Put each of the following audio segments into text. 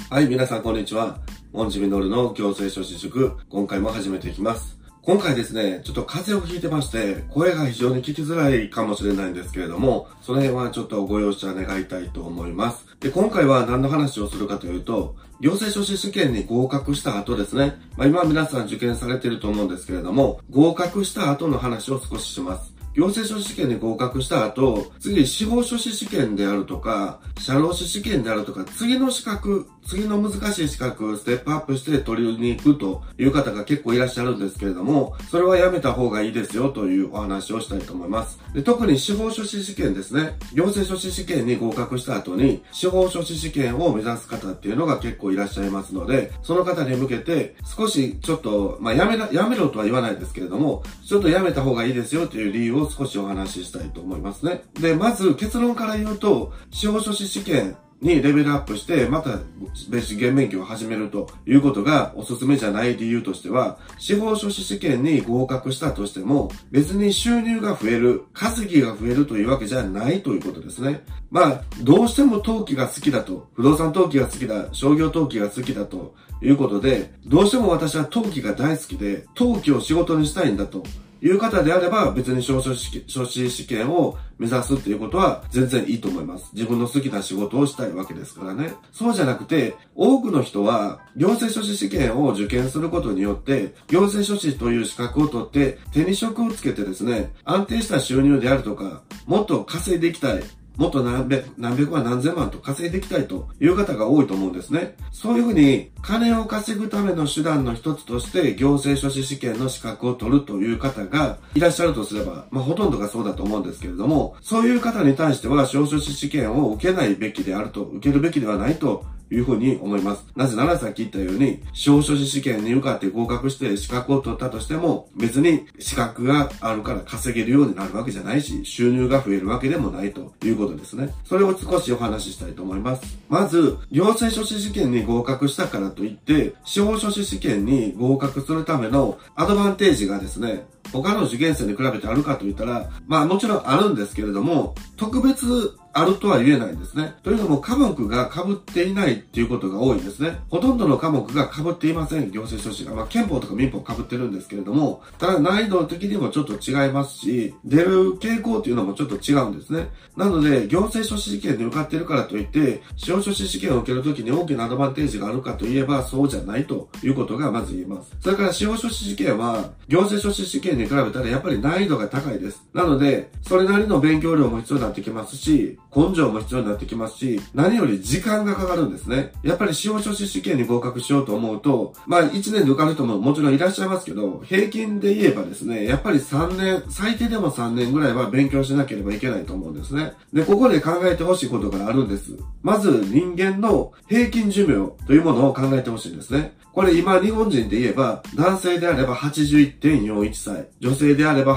はい、皆さんこんにちは。モンジミノルの行政書士塾、今回も始めていきます。今回ですね、ちょっと風邪をひいてまして、声が非常に聞きづらいかもしれないんですけれども、その辺はちょっとご容赦願いたいと思います。で、今回は何の話をするかというと、行政書士試験に合格した後ですね、今皆さん受験されていると思うんですけれども、合格した後の話を少しします。行政書士試験に合格した後、次、司法書士試験であるとか、社労士試験であるとか、次の難しい資格、ステップアップして取りに行くという方が結構いらっしゃるんですけれども、それはやめた方がいいですよというお話をしたいと思います。で、特に司法書士試験ですね。行政書士試験に合格した後に、司法書士試験を目指す方っていうのが結構いらっしゃいますので、その方に向けて少しちょっと、やめろとは言わないですけれども、ちょっとやめた方がいいですよという理由を少しお話ししたいと思いますね。で、まず結論から言うと、司法書士試験にレベルアップして、また別試験免許を始めるということがおすすめじゃない理由としては、司法書士試験に合格したとしても、別に収入が増える、稼ぎが増えるというわけじゃないということですね。どうしても登記が好きだと、不動産登記が好きだ、商業登記が好きだということで、どうしても私は登記が大好きで、登記を仕事にしたいんだという方であれば、別に司法書士試験を目指すっていうことは全然いいと思います。自分の好きな仕事をしたいわけですからね。そうじゃなくて、多くの人は行政書士試験を受験することによって、行政書士という資格を取って手に職をつけてですね、安定した収入であるとか、もっと稼いでいきたい。もっと何百万何千万と稼いでいきたいという方が多いと思うんですね。そういうふうに金を稼ぐための手段の一つとして行政書士試験の資格を取るという方がいらっしゃるとすれば、ほとんどがそうだと思うんですけれども、そういう方に対しては司法書士試験を受けないべきであると、受けるべきではないというふうに思います。なぜならさっき言ったように、司法書士試験に受かって合格して資格を取ったとしても、別に資格があるから稼げるようになるわけじゃないし、収入が増えるわけでもないということですね。それを少しお話ししたいと思います。まず、行政書士試験に合格したからといって、司法書士試験に合格するためのアドバンテージがですね、他の受験生に比べてあるかといったら、もちろんあるんですけれども、特別あるとは言えないんですね。というのも科目が被っていないっていうことが多いんですね。ほとんどの科目が被っていません、行政書士が。憲法とか民法被ってるんですけれども、ただ難易度的にもちょっと違いますし、出る傾向っていうのもちょっと違うんですね。なので、行政書士試験に受かっているからといって、司法書士試験を受けるときに大きなアドバンテージがあるかといえば、そうじゃないということがまず言えます。それから司法書士試験は、行政書士試験に比べたらやっぱり難易度が高いです。なので、それなりの勉強量も必要になってきますし、根性も必要になってきますし、何より時間がかかるんですね。やっぱり司法書士試験に合格しようと思うと、1年で受かる人ももちろんいらっしゃいますけど、平均で言えばですね、やっぱり3年、最低でも3年ぐらいは勉強しなければいけないと思うんですね。で、ここで考えてほしいことがあるんです。まず、人間の平均寿命というものを考えてほしいんですね。これ今日本人で言えば、男性であれば 81.41 歳、女性であれば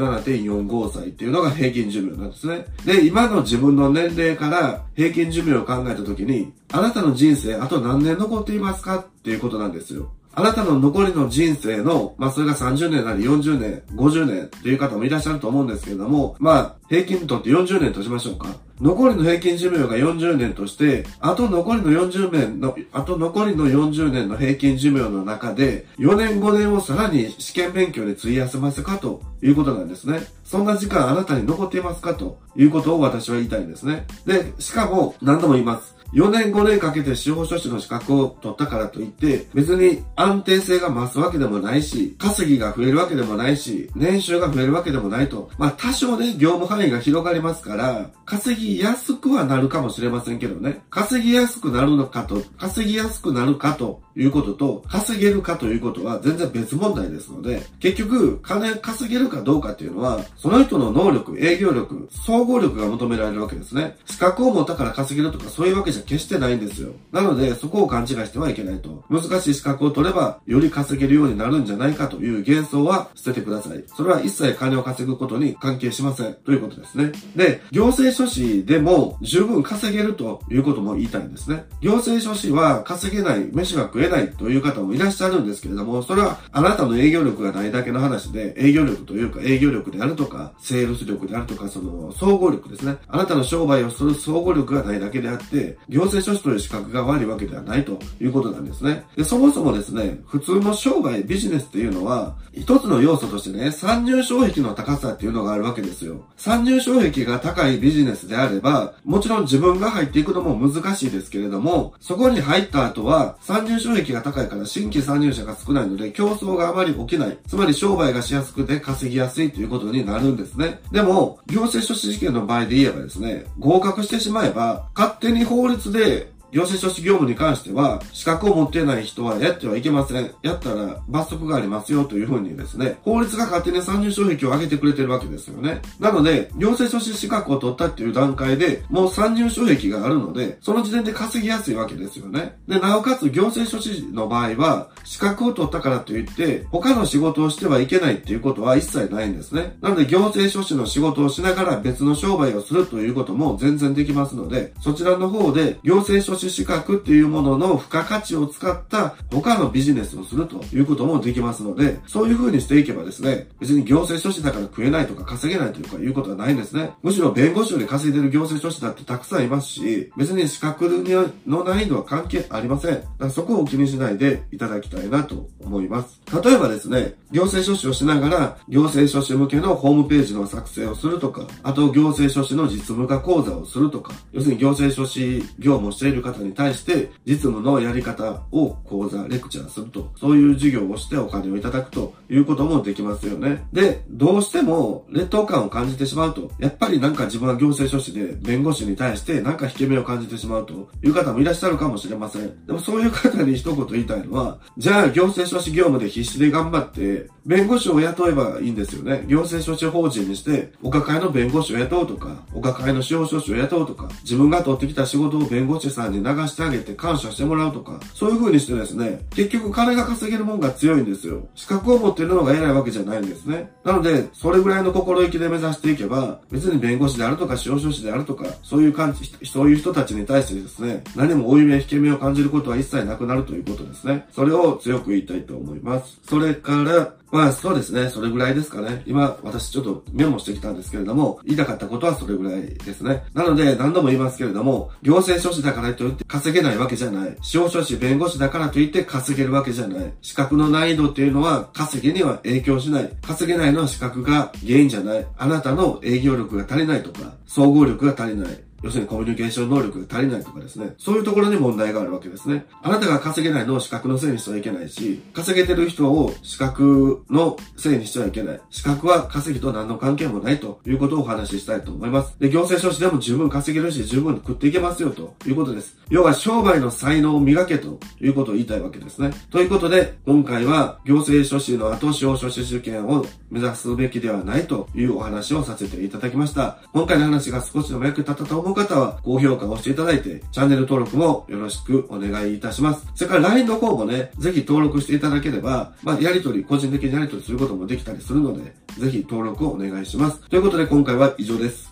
87.45 歳っていうのが平均寿命なんですね。で、今の自分の年齢から平均寿命を考えたときに、あなたの人生あと何年残っていますかっていうことなんですよ。あなたの残りの人生の、それが30年なり40年、50年っていう方もいらっしゃると思うんですけれども、平均とって40年としましょうか。残りの平均寿命が40年として、あと残りの40年の平均寿命の中で、4年5年をさらに試験勉強に費やせますかということなんですね。そんな時間あなたに残っていますかということを私は言いたいんですね。で、しかも何度も言います。4年5年かけて司法書士の資格を取ったからといって、別に安定性が増すわけでもないし、稼ぎが増えるわけでもないし、年収が増えるわけでもないと。多少ね、業務範囲が広がりますから、稼ぎやすくはなるかもしれませんけどね。稼ぎやすくなるかということと、稼げるかということは全然別問題ですので、結局、金稼げるかどうかっていうのは、その人の能力、営業力、総合力が求められるわけですね。資格を持ったから稼げるとかそういうわけじゃ決してないんですよ。なので、そこを勘違いしてはいけないと。難しい資格を取れば、より稼げるようになるんじゃないかという幻想は捨ててください。それは一切金を稼ぐことに関係しません。ということですね。で、行政書士でも十分稼げるということも言いたいんですね。行政書士は稼げない、飯は食え得ないという方もいらっしゃるんですけれども、それはあなたの営業力がないだけの話で、営業力というか営業力であるとか、セールス力であるとか、その総合力ですね。あなたの商売をする総合力がないだけであって、行政書士という資格が悪いわけではないということなんですね。で、そもそもですね、普通の商売、ビジネスっていうのは、一つの要素としてね、参入障壁の高さっていうのがあるわけですよ。参入障壁が高いビジネスであれば、もちろん自分が入っていくのも難しいですけれども、そこに入った後は、参入障壁が高いから新規参入者が少ないので、競争があまり起きない。つまり商売がしやすくて稼ぎやすいということになるんですね。でも、行政書士試験の場合で言えばですね、合格してしまえば、勝手に法律で行政書士業務に関しては、資格を持っていない人はやってはいけません。やったら罰則がありますよというふうにですね、法律が勝手に参入障壁を上げてくれてるわけですよね。なので、行政書士資格を取ったっていう段階で、もう参入障壁があるので、その時点で稼ぎやすいわけですよね。で、なおかつ行政書士の場合は、資格を取ったからといって、他の仕事をしてはいけないっていうことは一切ないんですね。なので、行政書士の仕事をしながら別の商売をするということも全然できますので、そちらの方で行政書士資格っていうものの付加価値を使った他のビジネスをするということもできますので、そういう風にしていけばですね、別に行政書士だから食えないとか稼げないというかいうことはないんですね。むしろ弁護士より稼いでる行政書士だってたくさんいますし、別に資格の難易度は関係ありません。だからそこを気にしないでいただきたいなと思います。例えばですね、行政書士をしながら行政書士向けのホームページの作成をするとか、あと行政書士の実務化講座をするとか、要するに行政書士業務をしている方に対して実務のやり方を講座、レクチャーすると、そういう授業をしてお金をいただくということもできますよね。で、どうしても劣等感を感じてしまうと、やっぱりなんか自分は行政書士で弁護士に対してなんか引け目を感じてしまうという方もいらっしゃるかもしれません。でもそういう方に一言言いたいのは、じゃあ行政書士業務で必死で頑張って弁護士を雇えばいいんですよね。行政書士法人にしてお抱えの弁護士を雇うとか、お抱えの司法書士を雇うとか、自分が取ってきた仕事を弁護士さんに流してあげて感謝してもらうとか、そういう風にしてですね、結局金が稼げるもんが強いんですよ。資格を持っているのが偉いわけじゃないんですね。なので、それぐらいの心意気で目指していけば、別に弁護士であるとか司法書士であるとか、そういう人たちに対してですね、何も負い目、引け目を感じることは一切なくなるということですね。それを強く言いたいと思います。それから、そうですね。それぐらいですかね。今、私ちょっとメモしてきたんですけれども、言いたかったことはそれぐらいですね。なので、何度も言いますけれども、行政書士だからといって稼げないわけじゃない。司法書士、弁護士だからといって稼げるわけじゃない。資格の難易度っていうのは稼ぎには影響しない。稼げないのは資格が原因じゃない。あなたの営業力が足りないとか、総合力が足りない。要するにコミュニケーション能力が足りないとかですね。そういうところに問題があるわけですね。あなたが稼げないのを資格のせいにしてはいけないし、稼げてる人を資格のせいにしてはいけない。資格は稼ぎと何の関係もないということをお話ししたいと思います。で、行政書士でも十分稼げるし、十分食っていけますよということです。要は商売の才能を磨けということを言いたいわけですね。ということで、今回は行政書士の後司法書士試験を目指すべきではないというお話をさせていただきました。今回の話が少しでも役立ったと思う方は高評価をしていただいて、チャンネル登録もよろしくお願いいたします。それから LINE の方もね、ぜひ登録していただければ、個人的にやり取りすることもできたりするので、ぜひ登録をお願いします。ということで今回は以上です。